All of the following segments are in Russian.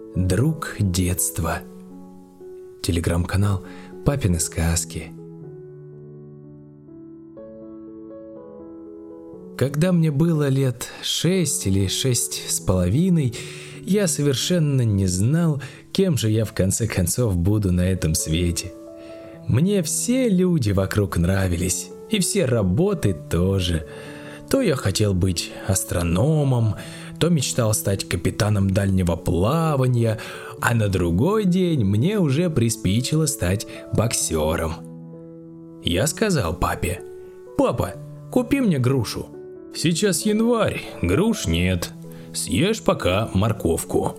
Друг детства. Телеграм-канал «Папины сказки». Когда мне было лет 6 или 6,5, я совершенно не знал, кем же я в конце концов буду на этом свете. Мне все люди вокруг нравились, и все работы тоже. То я хотел быть астрономом, то мечтал стать капитаном дальнего плавания, а на другой день мне уже приспичило стать боксером. Я сказал папе: «Папа, купи мне грушу. Сейчас январь, груш нет. Съешь пока морковку».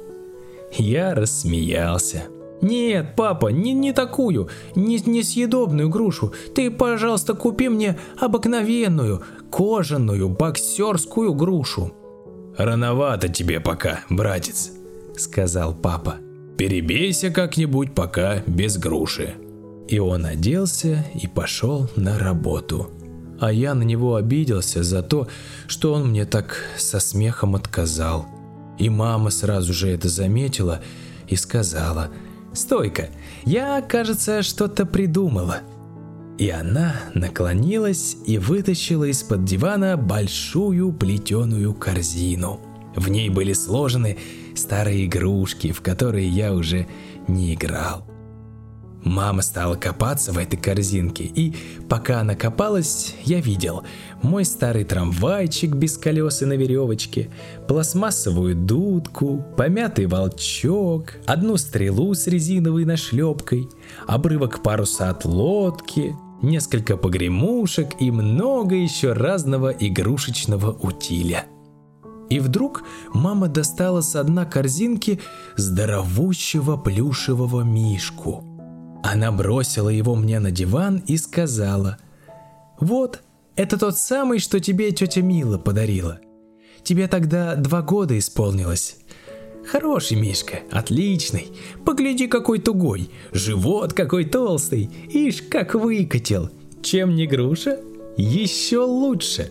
Я рассмеялся. «Нет, папа, не такую, не съедобную грушу. Ты, пожалуйста, купи мне обыкновенную, кожаную, боксерскую грушу». «Рановато тебе пока, братец», — сказал папа. «Перебейся как-нибудь пока без груши». И он оделся и пошел на работу. А я на него обиделся за то, что он мне так со смехом отказал. И мама сразу же это заметила и сказала: «Стой-ка, я, кажется, что-то придумала». И она наклонилась и вытащила из-под дивана большую плетеную корзину. В ней были сложены старые игрушки, в которые я уже не играл. Мама стала копаться в этой корзинке, и пока она копалась, я видел мой старый трамвайчик без колес и на веревочке, пластмассовую дудку, помятый волчок, одну стрелу с резиновой нашлепкой, обрывок паруса от лодки, несколько погремушек и много еще разного игрушечного утиля. И вдруг мама достала с дна корзинки здоровущего плюшевого мишку. Она бросила его мне на диван и сказала: «Вот, это тот самый, что тебе тетя Мила подарила. Тебе тогда 2 года исполнилось. Хороший мишка, отличный. Погляди, какой тугой, живот какой толстый, ишь, как выкатил. Чем не груша? Еще лучше».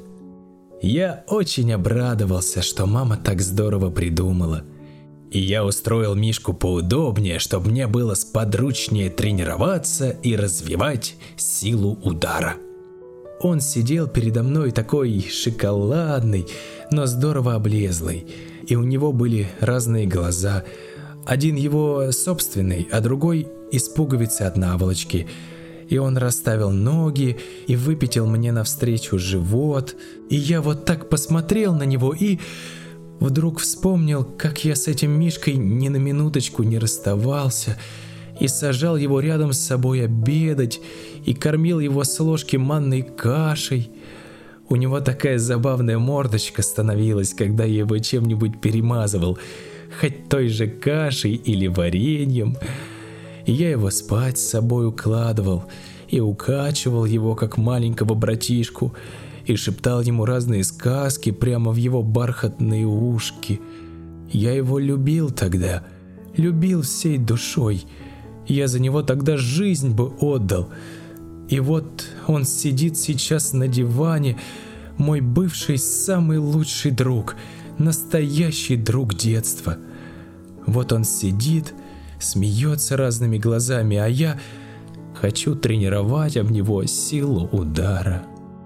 Я очень обрадовался, что мама так здорово придумала. И я устроил мишку поудобнее, чтобы мне было сподручнее тренироваться и развивать силу удара. Он сидел передо мной такой шоколадный, но здорово облезлый, и у него были разные глаза. Один его собственный, а другой из пуговицы от наволочки. И он расставил ноги и выпятил мне навстречу живот. И я вот так посмотрел на него и вдруг вспомнил, как я с этим мишкой ни на минуточку не расставался, и сажал его рядом с собой обедать, и кормил его с ложки манной кашей. У него такая забавная мордочка становилась, когда я его чем-нибудь перемазывал, хоть той же кашей или вареньем. И я его спать с собой укладывал и укачивал его, как маленького братишку, и шептал ему разные сказки прямо в его бархатные ушки. Я его любил тогда, любил всей душой. Я за него тогда жизнь бы отдал. И вот он сидит сейчас на диване, мой бывший самый лучший друг, настоящий друг детства. Вот он сидит, смеется разными глазами, а я хочу тренировать об него силу удара.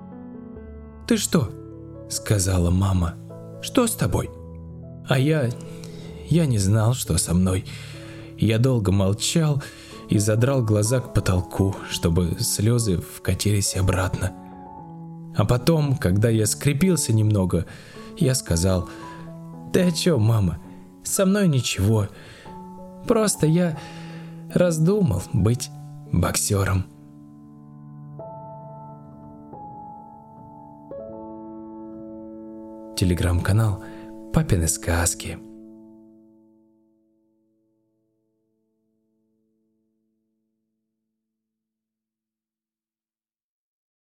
«Ты что?» — сказала мама. «Что с тобой?» А я не знал, что со мной. Я долго молчал и задрал глаза к потолку, чтобы слезы вкатились обратно. А потом, когда я скрепился немного, я сказал: «Ты о чем, мама? Со мной ничего. Просто я раздумал быть боксером». Телеграм-канал «Папины сказки».